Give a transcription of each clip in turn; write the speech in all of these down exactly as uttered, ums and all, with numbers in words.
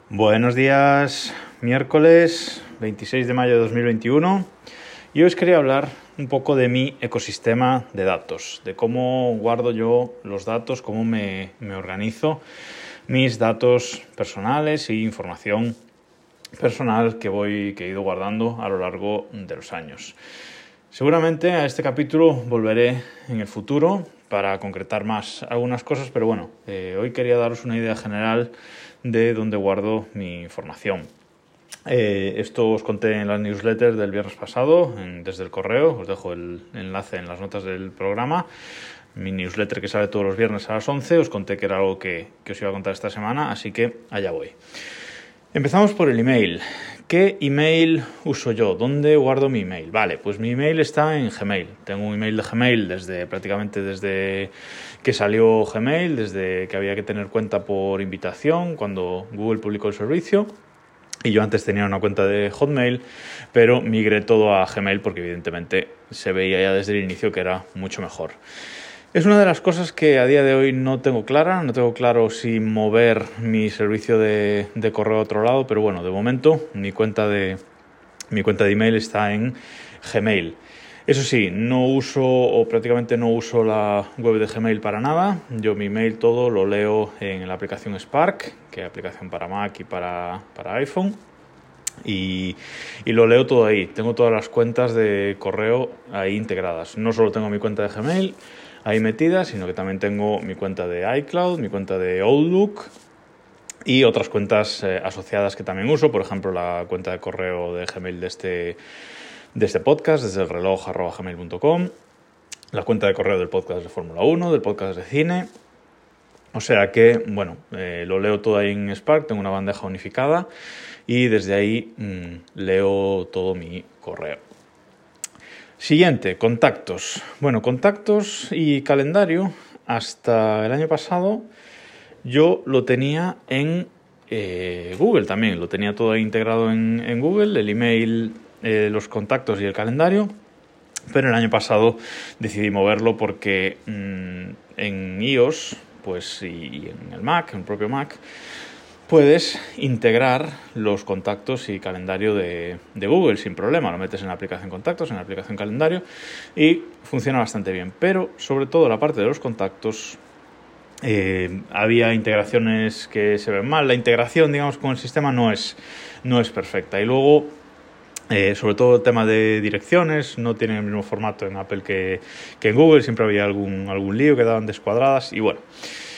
Buenos días, miércoles veintiséis de mayo de dos mil veintiuno, y hoy os quería hablar un poco de mi ecosistema de datos, de cómo guardo yo los datos, cómo me, me organizo mis datos personales y información personal que voy que he ido guardando a lo largo de los años. Seguramente a este capítulo volveré en el futuro para concretar más algunas cosas, pero bueno, eh, hoy quería daros una idea general de dónde guardo mi información. Eh, esto os conté en las newsletters del viernes pasado, en, desde el correo, os dejo el enlace en las notas del programa. Mi newsletter que sale todos los viernes a las once, os conté que era algo que, que os iba a contar esta semana, así que allá voy. Empezamos por el email. ¿Qué email uso yo? ¿Dónde guardo mi email? Vale, pues mi email está en Gmail. Tengo un email de Gmail desde prácticamente desde que salió Gmail, desde que había que tener cuenta por invitación, cuando Google publicó el servicio. Y yo antes tenía una cuenta de Hotmail, pero migré todo a Gmail porque evidentemente se veía ya desde el inicio que era mucho mejor. Es una de las cosas que a día de hoy no tengo clara, no tengo claro si mover mi servicio de, de correo a otro lado, pero bueno, de momento mi cuenta de, mi cuenta de email está en Gmail. Eso sí, no uso o prácticamente no uso la web de Gmail para nada. Yo mi email todo lo leo en la aplicación Spark, que es aplicación para Mac y para, para iPhone. Y, y lo leo todo ahí. Tengo todas las cuentas de correo ahí integradas. No solo tengo mi cuenta de Gmail ahí metida, sino que también tengo mi cuenta de iCloud, mi cuenta de Outlook y otras cuentas eh, asociadas que también uso. Por ejemplo, la cuenta de correo de Gmail de este, de este podcast, desde el reloj arroba gmail punto com, la cuenta de correo del podcast de Fórmula uno, del podcast de cine. O sea que, bueno, eh, lo leo todo ahí en Spark, tengo una bandeja unificada y desde ahí mmm, leo todo mi correo. Siguiente, contactos. Bueno, contactos y calendario, hasta el año pasado yo lo tenía en eh, Google también, lo tenía todo ahí integrado en, en Google, el email, eh, los contactos y el calendario. Pero el año pasado decidí moverlo porque mmm, en iOS, pues, y en el Mac, en el propio Mac, puedes integrar los contactos y calendario de, de Google sin problema. Lo metes en la aplicación contactos, en la aplicación calendario y funciona bastante bien. Pero sobre todo la parte de los contactos, eh, había integraciones que se ven mal. La integración, digamos, con el sistema no es, no es perfecta. Y luego, eh, sobre todo el tema de direcciones, no tiene el mismo formato en Apple que, que en Google. Siempre había algún, algún lío, quedaban descuadradas y bueno.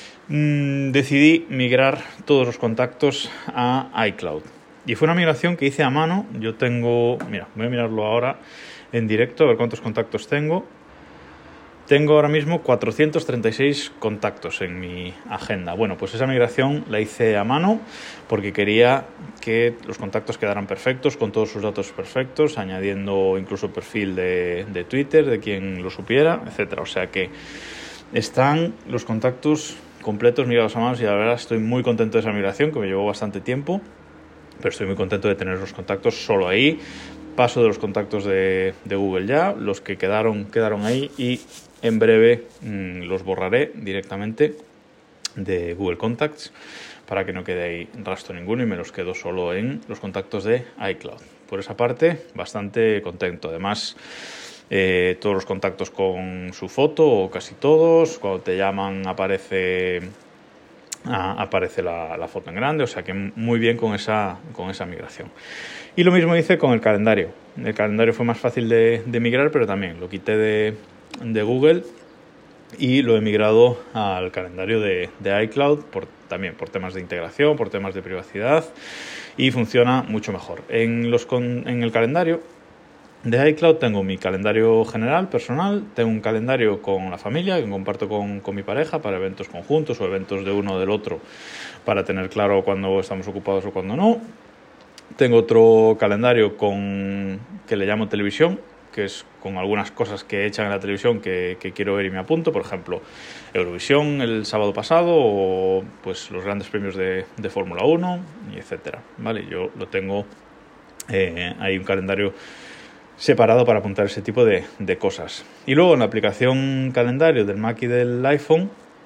Decidí migrar todos los contactos a iCloud. Y fue una migración que hice a mano. Yo tengo, mira, voy a mirarlo ahora en directo, a ver cuántos contactos tengo. Tengo ahora mismo cuatrocientos treinta y seis contactos en mi agenda. Bueno, pues esa migración la hice a mano porque quería que los contactos quedaran perfectos, con todos sus datos perfectos, añadiendo incluso perfil de, de Twitter, de quien lo supiera, etcétera. O sea que están los contactos completos migrados a manos y la verdad estoy muy contento de esa migración, que me llevó bastante tiempo, pero estoy muy contento de tener los contactos solo ahí. Paso de los contactos de, de Google ya, los que quedaron quedaron ahí y en breve mmm, los borraré directamente de Google Contacts para que no quede ahí rastro ninguno y me los quedo solo en los contactos de iCloud. Por esa parte, bastante contento. Además, Eh, todos los contactos con su foto, o casi todos. Cuando te llaman aparece ah, aparece la, la foto en grande, o sea que muy bien con esa, con esa migración. Y lo mismo hice con el calendario. El calendario fue más fácil de, de migrar, pero también lo quité de, de Google y lo he migrado al calendario de, de iCloud, por, también por temas de integración, por temas de privacidad, y funciona mucho mejor. En, los con, en el calendario de iCloud tengo mi calendario general, personal, tengo un calendario con la familia que comparto con, con mi pareja para eventos conjuntos o eventos de uno o del otro para tener claro cuándo estamos ocupados o cuándo no. Tengo otro calendario con que le llamo televisión, que es con algunas cosas que echan en la televisión que, que quiero ver y me apunto, por ejemplo, Eurovisión el sábado pasado o pues los grandes premios de, de Fórmula uno, y etcétera. Vale, yo lo tengo eh, hay un calendario separado para apuntar ese tipo de, de cosas. Y luego en la aplicación calendario del Mac y del iPhone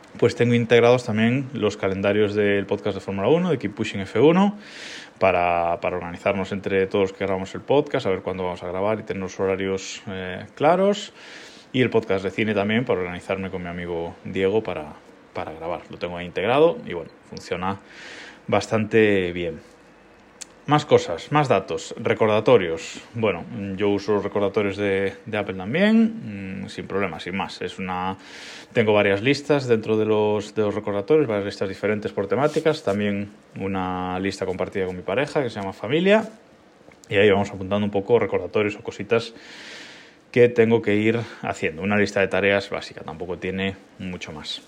pues tengo integrados también los calendarios del podcast de Fórmula uno, de Keep Pushing F uno, para, para organizarnos entre todos los que grabamos el podcast, a ver cuándo vamos a grabar y tener los horarios eh, claros. Y el podcast de cine también, para organizarme con mi amigo Diego para, para grabar. Lo tengo ahí integrado y bueno, funciona bastante bien. Más cosas, más datos, recordatorios. Bueno, yo uso los recordatorios de, de Apple también, mmm, sin problema, sin más. Es una, tengo varias listas dentro de los, de los recordatorios, varias listas diferentes por temáticas. También una lista compartida con mi pareja que se llama Familia. Y ahí vamos apuntando un poco recordatorios o cositas que tengo que ir haciendo. Una lista de tareas básica, tampoco tiene mucho más.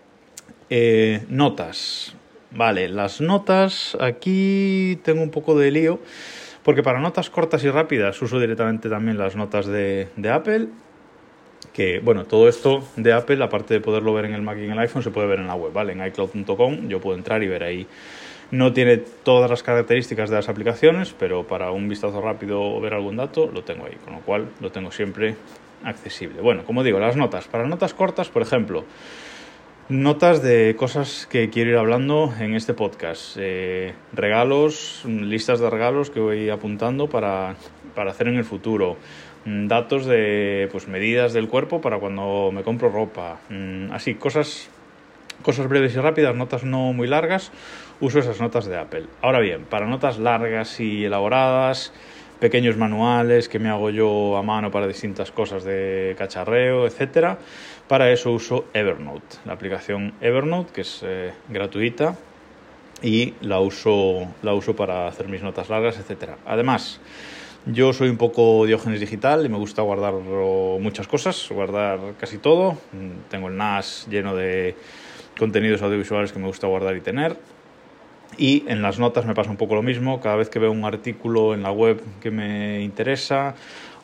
Eh, notas. Vale, las notas, aquí tengo un poco de lío, porque para notas cortas y rápidas uso directamente también las notas de, de Apple, que bueno, todo esto de Apple, aparte de poderlo ver en el Mac y en el iPhone, se puede ver en la web, ¿vale? En iCloud punto com yo puedo entrar y ver ahí. No tiene todas las características de las aplicaciones, pero para un vistazo rápido o ver algún dato, lo tengo ahí, con lo cual lo tengo siempre accesible. Bueno, como digo, las notas. Para notas cortas, por ejemplo, notas de cosas que quiero ir hablando en este podcast. Eh, regalos, listas de regalos que voy apuntando para, para hacer en el futuro. Datos de pues medidas del cuerpo para cuando me compro ropa. Así, cosas, cosas breves y rápidas, notas no muy largas. Uso esas notas de Apple. Ahora bien, para notas largas y elaboradas, pequeños manuales que me hago yo a mano para distintas cosas de cacharreo, etcétera. Para eso uso Evernote, la aplicación Evernote, que es eh, gratuita, y la uso, la uso para hacer mis notas largas, etcétera. Además, yo soy un poco Diógenes digital y me gusta guardar muchas cosas, guardar casi todo. Tengo el N A S lleno de contenidos audiovisuales que me gusta guardar y tener. Y en las notas me pasa un poco lo mismo. Cada vez que veo un artículo en la web que me interesa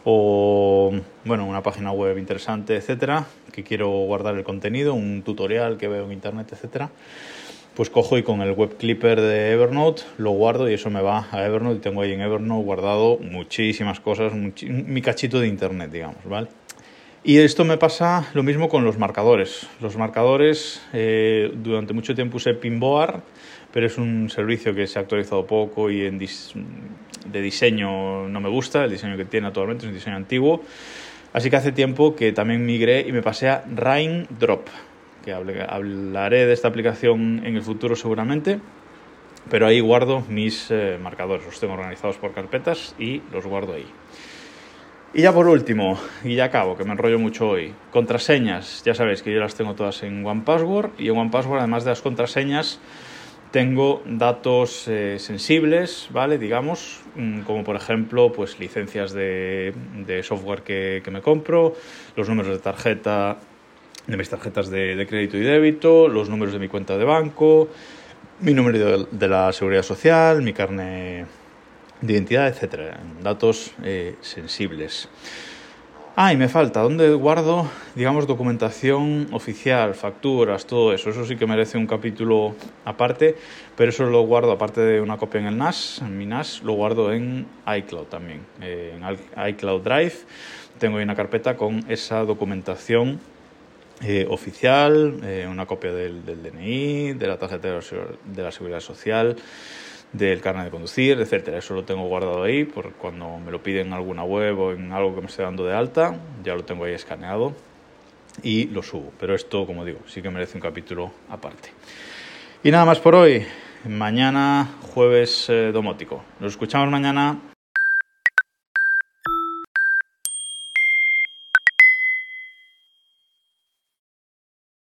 o bueno, una página web interesante, etcétera, que quiero guardar el contenido, un tutorial que veo en internet, etcétera, pues cojo y con el web clipper de Evernote lo guardo y eso me va a Evernote y tengo ahí en Evernote guardado muchísimas cosas, muchi- mi cachito de internet, digamos, ¿vale? Y esto me pasa lo mismo con los marcadores. Los marcadores, eh, durante mucho tiempo usé Pinboard, pero es un servicio que se ha actualizado poco y en dis- de diseño no me gusta. El diseño que tiene actualmente es un diseño antiguo. Así que hace tiempo que también migré y me pasé a Raindrop, que hable, hablaré de esta aplicación en el futuro seguramente. Pero ahí guardo mis eh, marcadores. Los tengo organizados por carpetas y los guardo ahí. Y ya por último, y ya acabo, que me enrollo mucho hoy, contraseñas. Ya sabéis que yo las tengo todas en one password y en one password, además de las contraseñas, tengo datos eh, sensibles, ¿vale? Digamos, como por ejemplo, pues licencias de, de software que, que me compro, los números de tarjeta, de mis tarjetas de, de crédito y débito, los números de mi cuenta de banco, mi número de, de la seguridad social, mi carnet de identidad, etcétera. Datos eh, sensibles. Ah, y me falta, ¿dónde guardo, digamos, documentación oficial, facturas, todo eso? Eso sí que merece un capítulo aparte, pero eso lo guardo, aparte de una copia en el N A S, en mi N A S, lo guardo en iCloud también, eh, en iCloud Drive. Tengo ahí una carpeta con esa documentación eh, oficial, eh, una copia del, del D N I, de la tarjeta de la, de la seguridad social, del carnet de conducir, etcétera. Eso lo tengo guardado ahí por cuando me lo piden en alguna web o en algo que me esté dando de alta, ya lo tengo ahí escaneado y lo subo. Pero esto, como digo, sí que merece un capítulo aparte. Y nada más por hoy. Mañana, jueves eh, domótico. Nos escuchamos mañana.